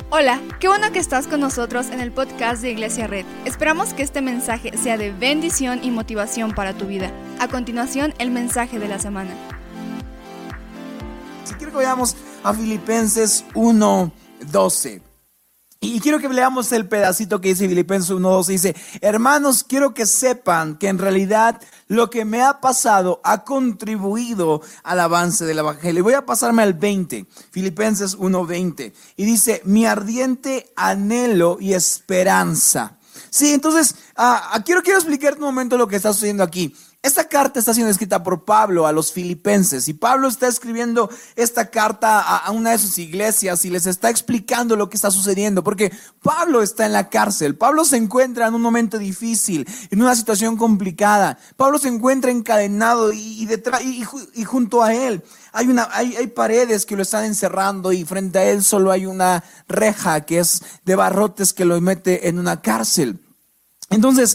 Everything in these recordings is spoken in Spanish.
Hola, qué bueno que estás con nosotros en el podcast de Iglesia Red. Esperamos que este mensaje sea de bendición y motivación para tu vida. A continuación, el mensaje de la semana. Si quiero que vayamos a Filipenses 1:12. Y quiero que leamos el pedacito que dice Filipenses 1:12. Dice: hermanos, quiero que sepan que en realidad lo que me ha pasado ha contribuido al avance del evangelio. Y voy a pasarme al 20, Filipenses 1:20. Y dice: mi ardiente anhelo y esperanza. Sí, entonces, quiero explicar un momento lo que está sucediendo aquí. Esta carta está siendo escrita por Pablo a los filipenses, y Pablo está escribiendo esta carta a una de sus iglesias y les está explicando lo que está sucediendo, porque Pablo está en la cárcel. Pablo se encuentra en un momento difícil, en una situación complicada. Pablo se encuentra encadenado y junto a él hay paredes que lo están encerrando, y frente a él solo hay una reja que es de barrotes que lo mete en una cárcel. Entonces,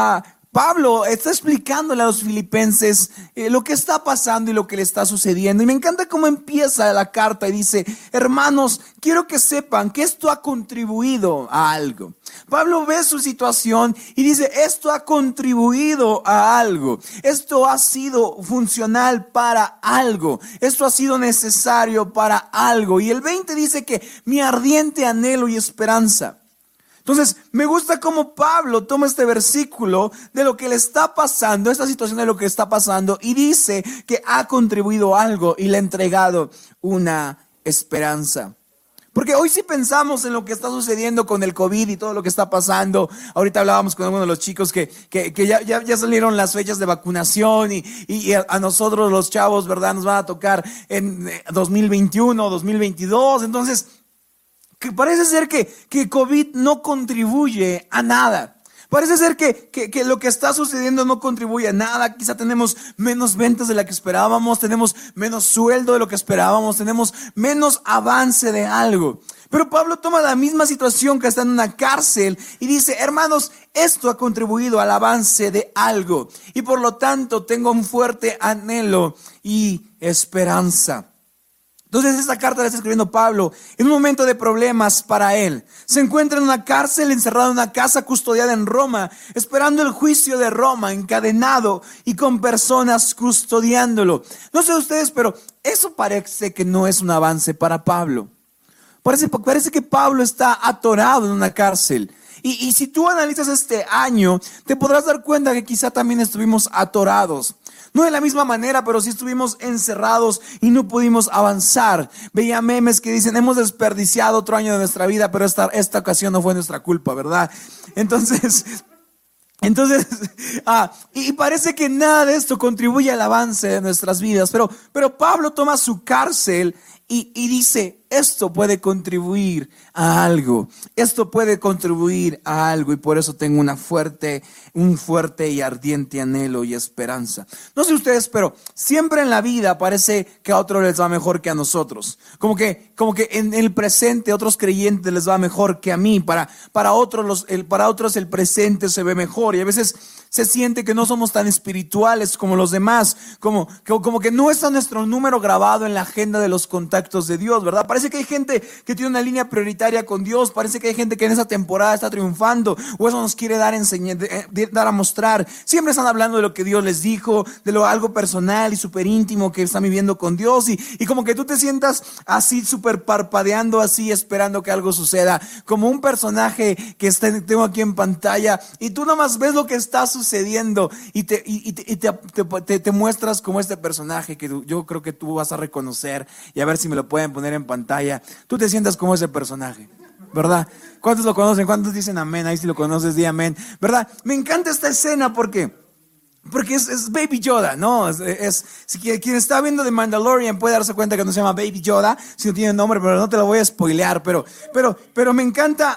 Pablo está explicándole a los filipenses lo que está pasando y lo que le está sucediendo. Y me encanta cómo empieza la carta y dice: hermanos, quiero que sepan que esto ha contribuido a algo. Pablo ve su situación y dice: esto ha contribuido a algo. Esto ha sido funcional para algo. Esto ha sido necesario para algo. Y el 20 dice que mi ardiente anhelo y esperanza. Entonces, me gusta cómo Pablo toma este versículo de lo que le está pasando, esta situación de lo que está pasando, y dice que ha contribuido algo y le ha entregado una esperanza. Porque hoy sí pensamos en lo que está sucediendo con el COVID y todo lo que está pasando. Ahorita hablábamos con uno de los chicos que ya salieron las fechas de vacunación y a nosotros los chavos, ¿verdad? Nos van a tocar en 2021, 2022. Entonces, que parece ser que COVID no contribuye a nada. Parece ser que lo que está sucediendo no contribuye a nada. Quizá tenemos menos ventas de la que esperábamos, tenemos menos sueldo de lo que esperábamos, tenemos menos avance de algo. Pero Pablo toma la misma situación, que está en una cárcel, y dice: hermanos, esto ha contribuido al avance de algo, y por lo tanto tengo un fuerte anhelo y esperanza. Entonces esta carta la está escribiendo Pablo en un momento de problemas para él. Se encuentra en una cárcel, encerrado en una casa custodiada en Roma, esperando el juicio de Roma, encadenado y con personas custodiándolo. No sé ustedes, pero eso parece que no es un avance para Pablo. Parece que Pablo está atorado en una cárcel. Y si tú analizas este año, te podrás dar cuenta que quizá también estuvimos atorados. No de la misma manera, pero sí estuvimos encerrados y no pudimos avanzar. Veía memes que dicen: hemos desperdiciado otro año de nuestra vida, pero esta ocasión no fue nuestra culpa, ¿verdad? Entonces, y parece que nada de esto contribuye al avance de nuestras vidas. Pero Pablo toma su cárcel y dice: esto puede contribuir a algo. Esto puede contribuir a algo, y por eso tengo un fuerte y ardiente anhelo y esperanza. No sé ustedes, pero siempre en la vida parece que a otros les va mejor que a nosotros. Como que en el presente, otros creyentes les va mejor que a mí. Para otros el presente se ve mejor, y a veces se siente que no somos tan espirituales como los demás, como que no está nuestro número grabado en la agenda de los contactos de Dios, ¿verdad? Parece que hay gente que tiene una línea prioritaria con Dios. Parece que hay gente que en esa temporada está triunfando, o eso nos quiere dar a mostrar. Siempre están hablando de lo que Dios les dijo, de algo personal y súper íntimo que están viviendo con Dios, y como que tú te sientas así súper parpadeando, así esperando que algo suceda, como un personaje que tengo aquí en pantalla, y tú nomás ves lo que está sucediendo y te muestras como este personaje que yo creo que tú vas a reconocer, y a ver si me lo pueden poner en pantalla. Tú te sientas como ese personaje, ¿verdad? ¿Cuántos lo conocen? ¿Cuántos dicen amén? Ahí si lo conoces, di amén, ¿verdad? Me encanta esta escena porque es Baby Yoda, ¿no? Si quien está viendo The Mandalorian puede darse cuenta que no se llama Baby Yoda, si no tiene nombre, pero no te lo voy a spoilear. Pero me encanta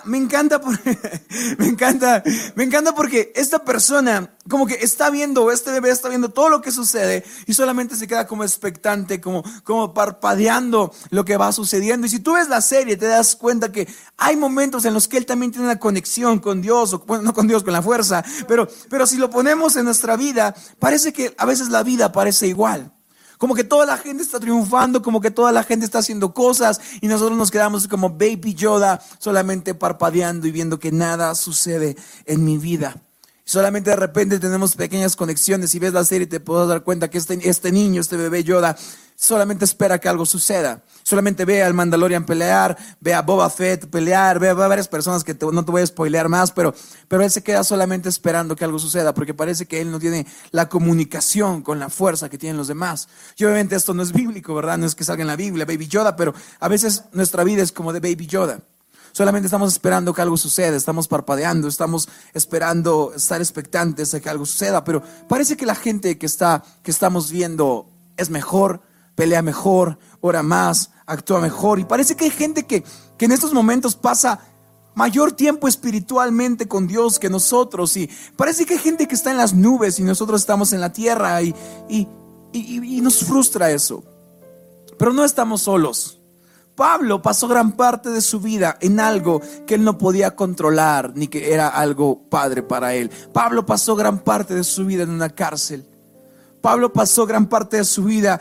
porque esta persona como que está viendo, este bebé está viendo todo lo que sucede, y solamente se queda como expectante, como parpadeando lo que va sucediendo. Y si tú ves la serie, te das cuenta que hay momentos en los que él también tiene una conexión con Dios, o bueno, no con Dios, con la fuerza, pero si lo ponemos en nuestra vida, parece que a veces la vida parece igual. Como que toda la gente está triunfando, como que toda la gente está haciendo cosas y nosotros nos quedamos como Baby Yoda, solamente parpadeando y viendo que nada sucede en mi vida. Solamente de repente tenemos pequeñas conexiones y ves la serie y te puedes dar cuenta que este niño, este bebé Yoda, solamente espera que algo suceda. Solamente ve al Mandalorian pelear, ve a Boba Fett pelear, ve a varias personas que no te voy a spoilear más, pero él se queda solamente esperando que algo suceda porque parece que él no tiene la comunicación con la fuerza que tienen los demás. Y obviamente esto no es bíblico, ¿verdad? No es que salga en la Biblia, Baby Yoda, pero a veces nuestra vida es como de Baby Yoda. Solamente estamos esperando que algo suceda, estamos parpadeando, estamos esperando estar expectantes de que algo suceda, pero parece que la gente que estamos viendo es mejor, pelea mejor, ora más, actúa mejor, y parece que hay gente que en estos momentos pasa mayor tiempo espiritualmente con Dios que nosotros, y parece que hay gente que está en las nubes y nosotros estamos en la tierra y nos frustra eso, pero no estamos solos. Pablo pasó gran parte de su vida en algo que él no podía controlar ni que era algo padre para él. Pablo pasó gran parte de su vida en una cárcel. Pablo pasó gran parte de su vida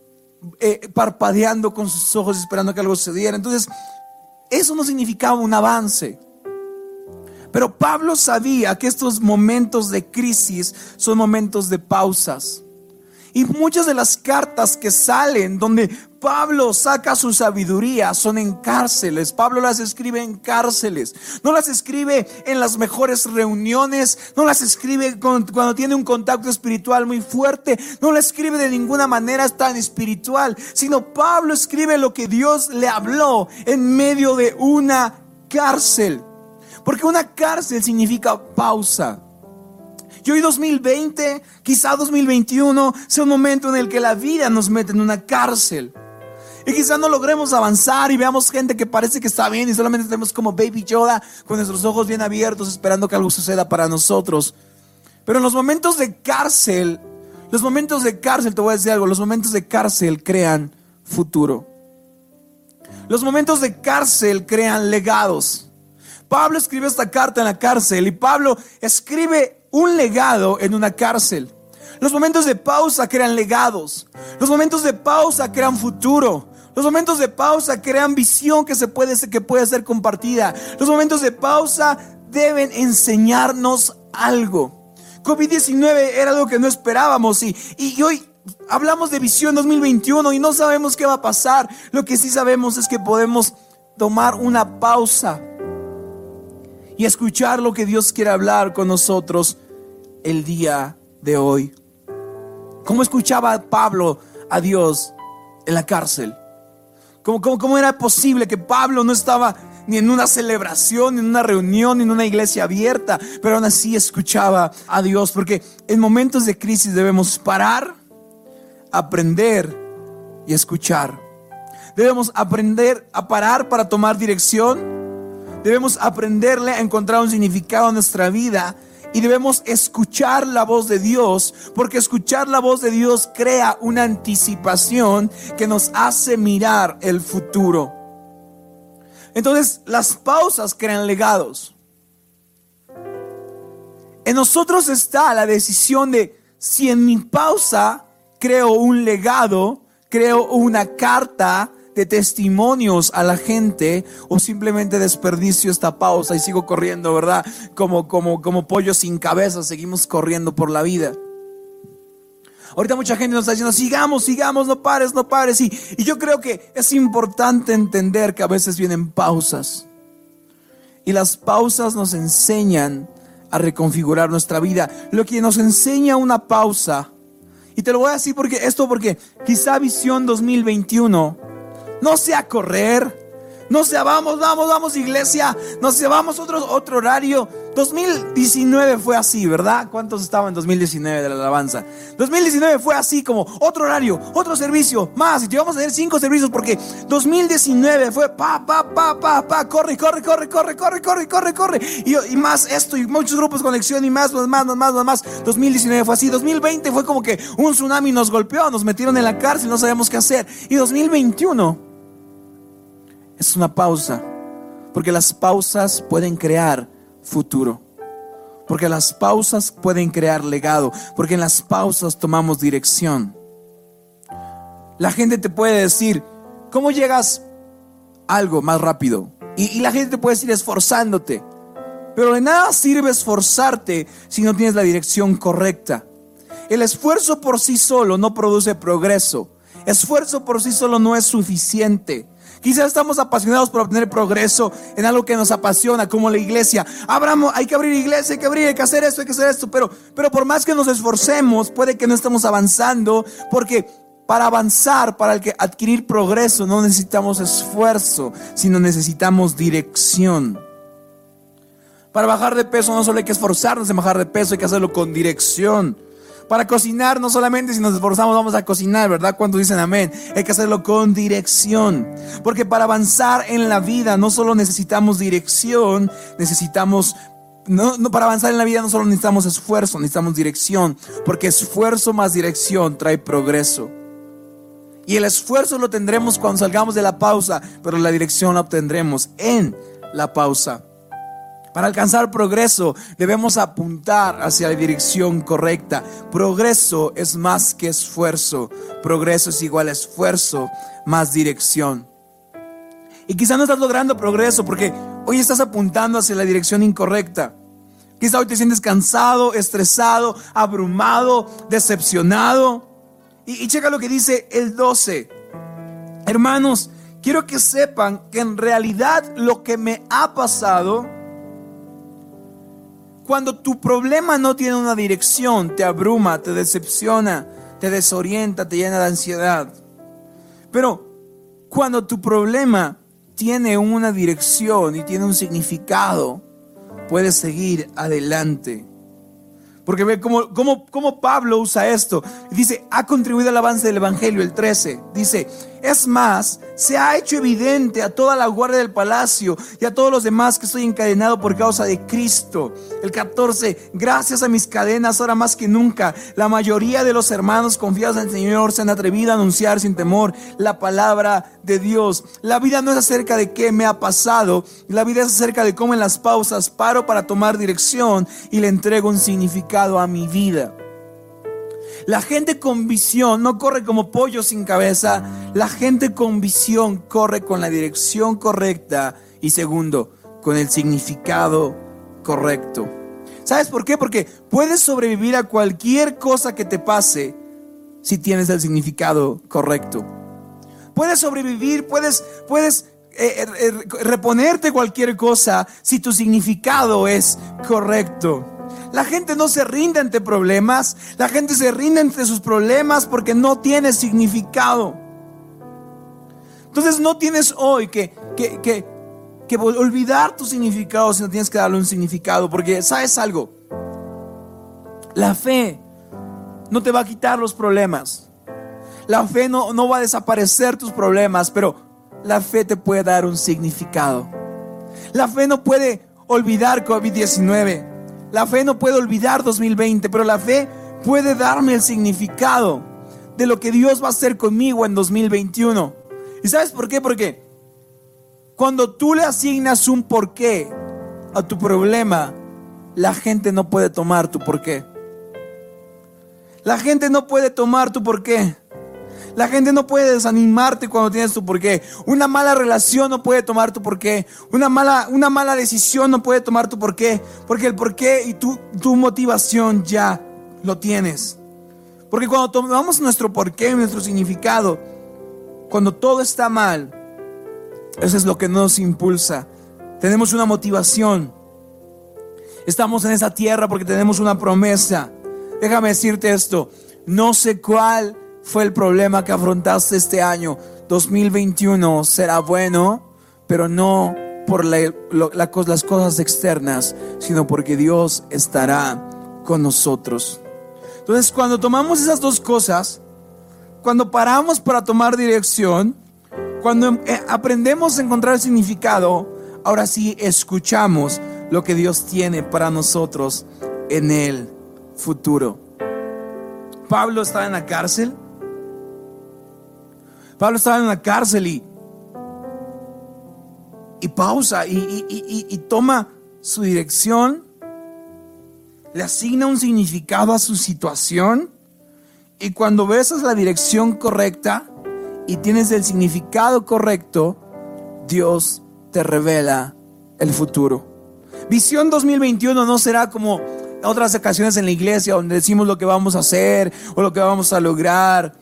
parpadeando con sus ojos esperando que algo sucediera. Entonces, eso no significaba un avance. Pero Pablo sabía que estos momentos de crisis son momentos de pausas. Y muchas de las cartas que salen donde Pablo saca su sabiduría son en cárceles. Pablo las escribe en cárceles. No las escribe en las mejores reuniones. No las escribe cuando tiene un contacto espiritual muy fuerte. No las escribe de ninguna manera tan espiritual. Sino Pablo escribe lo que Dios le habló en medio de una cárcel. Porque una cárcel significa pausa. Y hoy 2020, quizá 2021, sea un momento en el que la vida nos mete en una cárcel. Y quizá no logremos avanzar y veamos gente que parece que está bien y solamente estemos como Baby Yoda con nuestros ojos bien abiertos esperando que algo suceda para nosotros. Pero en los momentos de cárcel, te voy a decir algo, los momentos de cárcel crean futuro. Los momentos de cárcel crean legados. Pablo escribe esta carta en la cárcel y Pablo escribe un legado en una cárcel. Los momentos de pausa crean legados. Los momentos de pausa crean futuro. Los momentos de pausa crean visión que puede ser compartida. Los momentos de pausa deben enseñarnos algo. COVID-19 era algo que no esperábamos y hoy hablamos de visión 2021 y no sabemos qué va a pasar. Lo que sí sabemos es que podemos tomar una pausa y escuchar lo que Dios quiere hablar con nosotros el día de hoy. ¿Cómo escuchaba Pablo a Dios en la cárcel? ¿Cómo era posible que Pablo no estaba ni en una celebración, ni en una reunión, ni en una iglesia abierta, pero aún así escuchaba a Dios? Porque en momentos de crisis debemos parar, aprender y escuchar. Debemos aprender a parar para tomar dirección. Debemos aprenderle a encontrar un significado en nuestra vida y debemos escuchar la voz de Dios, porque escuchar la voz de Dios crea una anticipación que nos hace mirar el futuro. Entonces, las pausas crean legados. En nosotros está la decisión de si en mi pausa creo un legado, creo una carta de testimonios a la gente, o simplemente desperdicio esta pausa y sigo corriendo, ¿verdad? Como pollo sin cabeza, seguimos corriendo por la vida. Ahorita mucha gente nos está diciendo, sigamos, no pares. Y yo creo que es importante entender que a veces vienen pausas. Y las pausas nos enseñan a reconfigurar nuestra vida. Lo que nos enseña una pausa, y te lo voy a decir porque quizá Visión 2021 no sea correr, no sea vamos iglesia, no sea vamos otro horario. 2019 fue así, ¿verdad? ¿Cuántos estaban en 2019 de la alabanza? 2019 fue así, como otro horario, otro servicio, más. Y te vamos a tener 5 servicios porque 2019 fue corre. Y más esto, y muchos grupos, conexión y más. 2019 fue así. 2020 fue como que un tsunami nos golpeó, nos metieron en la cárcel, no sabíamos qué hacer. Y 2021 es una pausa, porque las pausas pueden crear futuro, porque las pausas pueden crear legado, porque en las pausas tomamos dirección. La gente te puede decir, ¿cómo llegas a algo más rápido? Y la gente te puede decir esforzándote. Pero de nada sirve esforzarte si no tienes la dirección correcta. El esfuerzo por sí solo no produce progreso. Esfuerzo por sí solo no es suficiente. Quizás estamos apasionados por obtener progreso en algo que nos apasiona, como la iglesia. Abramos, hay que abrir iglesia, hay que hacer esto, pero por más que nos esforcemos, puede que no estemos avanzando, porque para avanzar, para adquirir progreso, no necesitamos esfuerzo, sino necesitamos dirección. Para bajar de peso no solo hay que esforzarnos en bajar de peso, hay que hacerlo con dirección. Para cocinar, no solamente si nos esforzamos vamos a cocinar, ¿verdad? ¿Cuántos dicen amén? Hay que hacerlo con dirección. Porque para avanzar en la vida no solo necesitamos dirección, para avanzar en la vida no solo necesitamos esfuerzo, necesitamos dirección. Porque esfuerzo más dirección trae progreso. Y el esfuerzo lo tendremos cuando salgamos de la pausa, pero la dirección la obtendremos en la pausa. Para alcanzar progreso debemos apuntar hacia la dirección correcta. Progreso es más que esfuerzo. Progreso es igual a esfuerzo más dirección. Y quizá no estás logrando progreso porque hoy estás apuntando hacia la dirección incorrecta. Quizá hoy te sientes cansado, estresado, abrumado, decepcionado. Y checa lo que dice el 12. Hermanos, quiero que sepan que en realidad lo que me ha pasado, cuando tu problema no tiene una dirección, te abruma, te decepciona, te desorienta, te llena de ansiedad. Pero cuando tu problema tiene una dirección y tiene un significado, puedes seguir adelante. Porque ve cómo Pablo usa esto. Dice, ha contribuido al avance del evangelio, el 13. Dice, es más, se ha hecho evidente a toda la guardia del palacio y a todos los demás que estoy encadenado por causa de Cristo. El 14, gracias a mis cadenas, ahora más que nunca, la mayoría de los hermanos confiados en el Señor se han atrevido a anunciar sin temor la palabra de Dios. La vida no es acerca de qué me ha pasado, la vida es acerca de cómo en las pausas paro para tomar dirección y le entrego un significado a mi vida. La gente con visión no corre como pollo sin cabeza. La gente con visión corre con la dirección correcta y segundo, con el significado correcto. ¿Sabes por qué? Porque puedes sobrevivir a cualquier cosa que te pase si tienes el significado correcto. Puedes sobrevivir, puedes reponerte cualquier cosa si tu significado es correcto. La gente no se rinde ante problemas. La gente se rinde ante sus problemas porque no tiene significado. Entonces no tienes hoy que olvidar tu significado, sino tienes que darle un significado. Porque ¿sabes algo? La fe no te va a quitar los problemas. La fe no va a desaparecer tus problemas, pero la fe te puede dar un significado. La fe no puede olvidar COVID-19. La fe no puede olvidar 2020, pero la fe puede darme el significado de lo que Dios va a hacer conmigo en 2021. ¿Y sabes por qué? Porque cuando tú le asignas un porqué a tu problema, la gente no puede tomar tu porqué. La gente no puede tomar tu porqué. La gente no puede desanimarte cuando tienes tu porqué. Una mala relación no puede tomar tu porqué. Una mala decisión no puede tomar tu porqué. Porque el porqué y tu motivación ya lo tienes. Porque cuando tomamos nuestro porqué y nuestro significado, cuando todo está mal, eso es lo que nos impulsa. Tenemos una motivación. Estamos en esa tierra porque tenemos una promesa. Déjame decirte esto. No sé cuál fue el problema que afrontaste este año. 2021 será bueno, pero no por las cosas externas, sino porque Dios estará con nosotros. Entonces, cuando tomamos esas dos cosas, cuando paramos para tomar dirección, cuando aprendemos a encontrar el significado, ahora sí escuchamos lo que Dios tiene para nosotros en el futuro. Pablo estaba en la cárcel. Pablo estaba en una cárcel y pausa y toma su dirección, le asigna un significado a su situación y cuando ves la dirección correcta, y tienes el significado correcto, Dios te revela el futuro. Visión 2021 no será como otras ocasiones en la iglesia donde decimos lo que vamos a hacer o lo que vamos a lograr.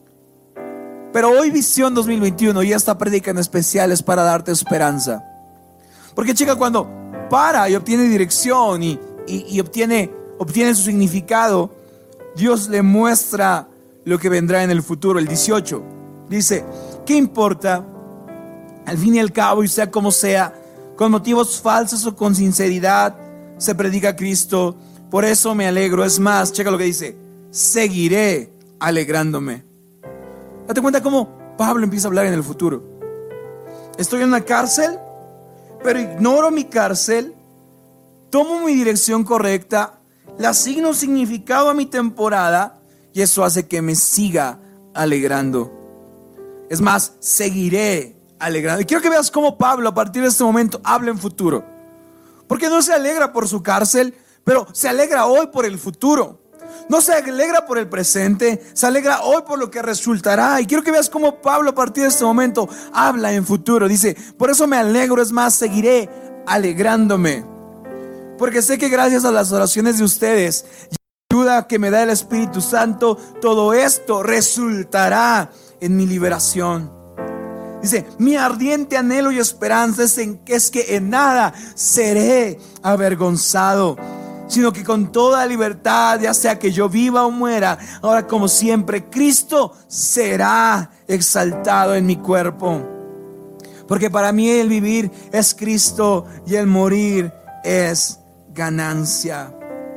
Pero hoy Visión 2021 y esta prédica en especial es para darte esperanza. Porque chica, cuando para y obtiene dirección y obtiene su significado, Dios le muestra lo que vendrá en el futuro. El 18 dice: ¿qué importa? Al fin y al cabo, y sea como sea, con motivos falsos o con sinceridad, se predica a Cristo. Por eso me alegro. Es más, checa lo que dice: seguiré alegrándome. Date cuenta cómo Pablo empieza a hablar en el futuro. Estoy en una cárcel, pero ignoro mi cárcel, tomo mi dirección correcta, le asigno un significado a mi temporada, y eso hace que me siga alegrando. Es más, seguiré alegrando. Y quiero que veas cómo Pablo a partir de este momento habla en futuro. Porque no se alegra por su cárcel, pero se alegra hoy por el futuro. No se alegra por el presente, se alegra hoy por lo que resultará. Y quiero que veas cómo Pablo a partir de este momento habla en futuro. Dice: por eso me alegro, es más, seguiré alegrándome. Porque sé que gracias a las oraciones de ustedes y la ayuda que me da el Espíritu Santo, todo esto resultará en mi liberación. Dice: mi ardiente anhelo y esperanza es que en nada seré avergonzado, sino que con toda libertad, ya sea que yo viva o muera, ahora como siempre, Cristo será exaltado en mi cuerpo. Porque para mí el vivir es Cristo y el morir es ganancia.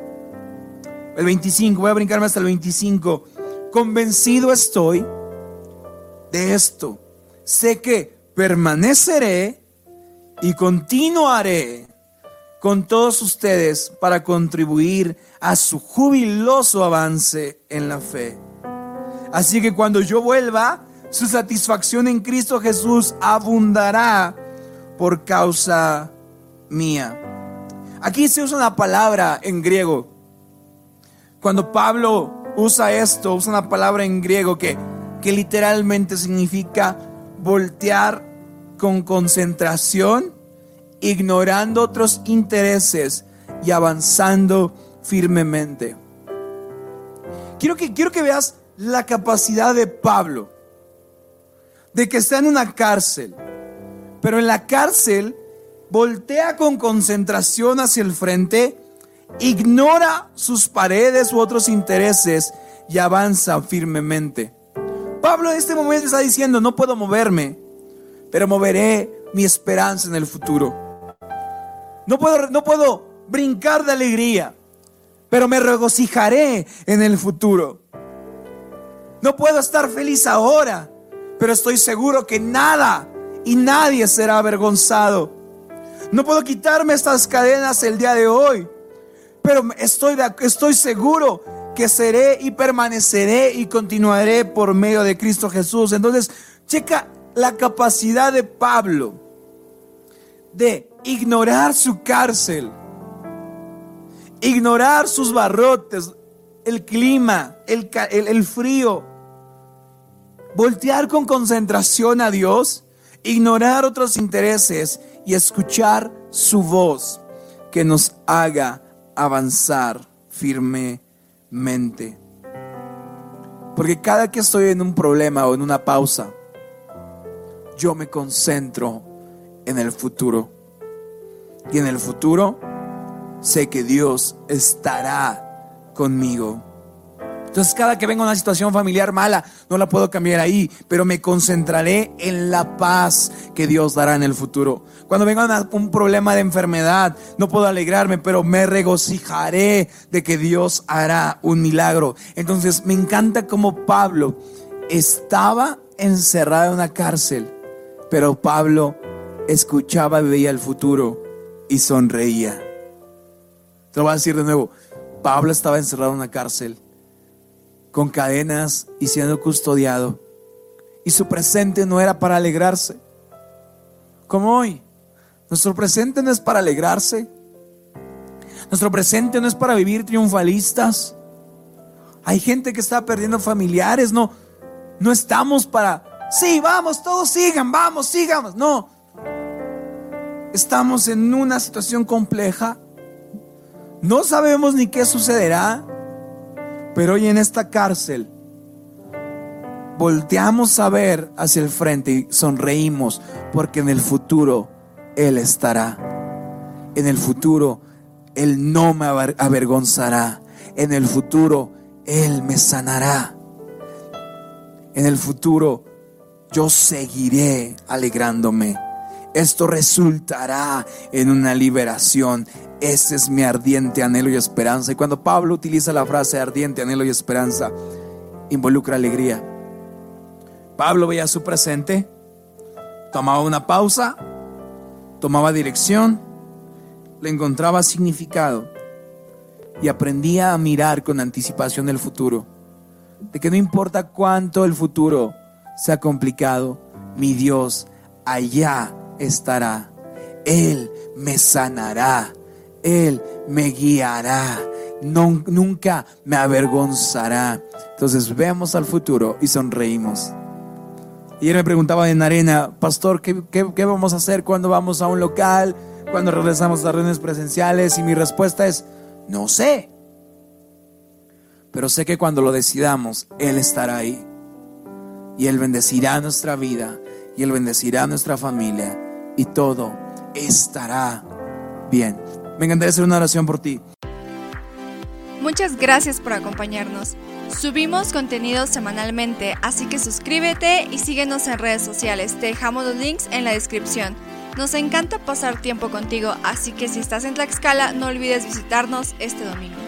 El 25, voy a brincarme hasta el 25. Convencido estoy de esto. Sé que permaneceré y continuaré con todos ustedes para contribuir a su jubiloso avance en la fe. Así que cuando yo vuelva, su satisfacción en Cristo Jesús abundará por causa mía. Aquí se usa una palabra en griego. Cuando Pablo usa esto, usa una palabra en griego que literalmente significa voltear con concentración, ignorando otros intereses y avanzando firmemente. Quiero que veas la capacidad de Pablo, de que está en una cárcel, pero en la cárcel voltea con concentración hacia el frente, ignora sus paredes u otros intereses y avanza firmemente. Pablo en este momento está diciendo: no puedo moverme, pero moveré mi esperanza en el futuro. No puedo brincar de alegría, pero me regocijaré en el futuro. No puedo estar feliz ahora, pero estoy seguro que nada y nadie será avergonzado. No puedo quitarme estas cadenas el día de hoy, pero estoy seguro que seré y permaneceré y continuaré por medio de Cristo Jesús. Entonces, checa la capacidad de Pablo de ignorar su cárcel, ignorar sus barrotes, el clima, el frío, voltear con concentración a Dios, ignorar otros intereses y escuchar su voz que nos haga avanzar firmemente. Porque cada que estoy en un problema o en una pausa, yo me concentro en el futuro. Y en el futuro sé que Dios estará conmigo. Entonces cada que venga una situación familiar mala, no la puedo cambiar ahí, pero me concentraré en la paz que Dios dará en el futuro. Cuando venga un problema de enfermedad, no puedo alegrarme, pero me regocijaré de que Dios hará un milagro. Entonces me encanta cómo Pablo estaba encerrado en una cárcel, pero Pablo escuchaba y veía el futuro y sonreía. Te lo voy a decir de nuevo. Pablo estaba encerrado en una cárcel, con cadenas y siendo custodiado, y su presente no era para alegrarse. Como hoy, nuestro presente no es para alegrarse. Nuestro presente no es para vivir triunfalistas. Hay gente que está perdiendo familiares. No estamos para Sí, vamos, todos sigan, vamos, sigamos. No. Estamos en una situación compleja. No sabemos ni qué sucederá. Pero hoy en esta cárcel volteamos a ver hacia el frente y sonreímos, porque en el futuro Él estará. En el futuro Él no me avergonzará. En el futuro Él me sanará. En el futuro yo seguiré alegrándome. Esto resultará en una liberación. Ese es mi ardiente anhelo y esperanza. Y cuando Pablo utiliza la frase ardiente anhelo y esperanza, involucra alegría. Pablo veía su presente, tomaba una pausa, tomaba dirección, le encontraba significado y aprendía a mirar con anticipación el futuro. De que no importa cuánto el futuro sea complicado, mi Dios allá estará. Él me sanará, Él me guiará, nunca me avergonzará. Entonces vemos al futuro y sonreímos. Ayer me preguntaba en Arena, pastor, ¿qué vamos a hacer cuando vamos a un local? Cuando regresamos a las reuniones presenciales? Y mi respuesta es, no sé. Pero sé que cuando lo decidamos, Él estará ahí. Y Él bendecirá nuestra vida. Y Él bendecirá nuestra familia. Y todo estará bien. Me encantaría hacer una oración por ti. Muchas gracias por acompañarnos. Subimos contenido semanalmente, así que suscríbete y síguenos en redes sociales. Te dejamos los links en la descripción. Nos encanta pasar tiempo contigo, así que si estás en Tlaxcala, no olvides visitarnos este domingo.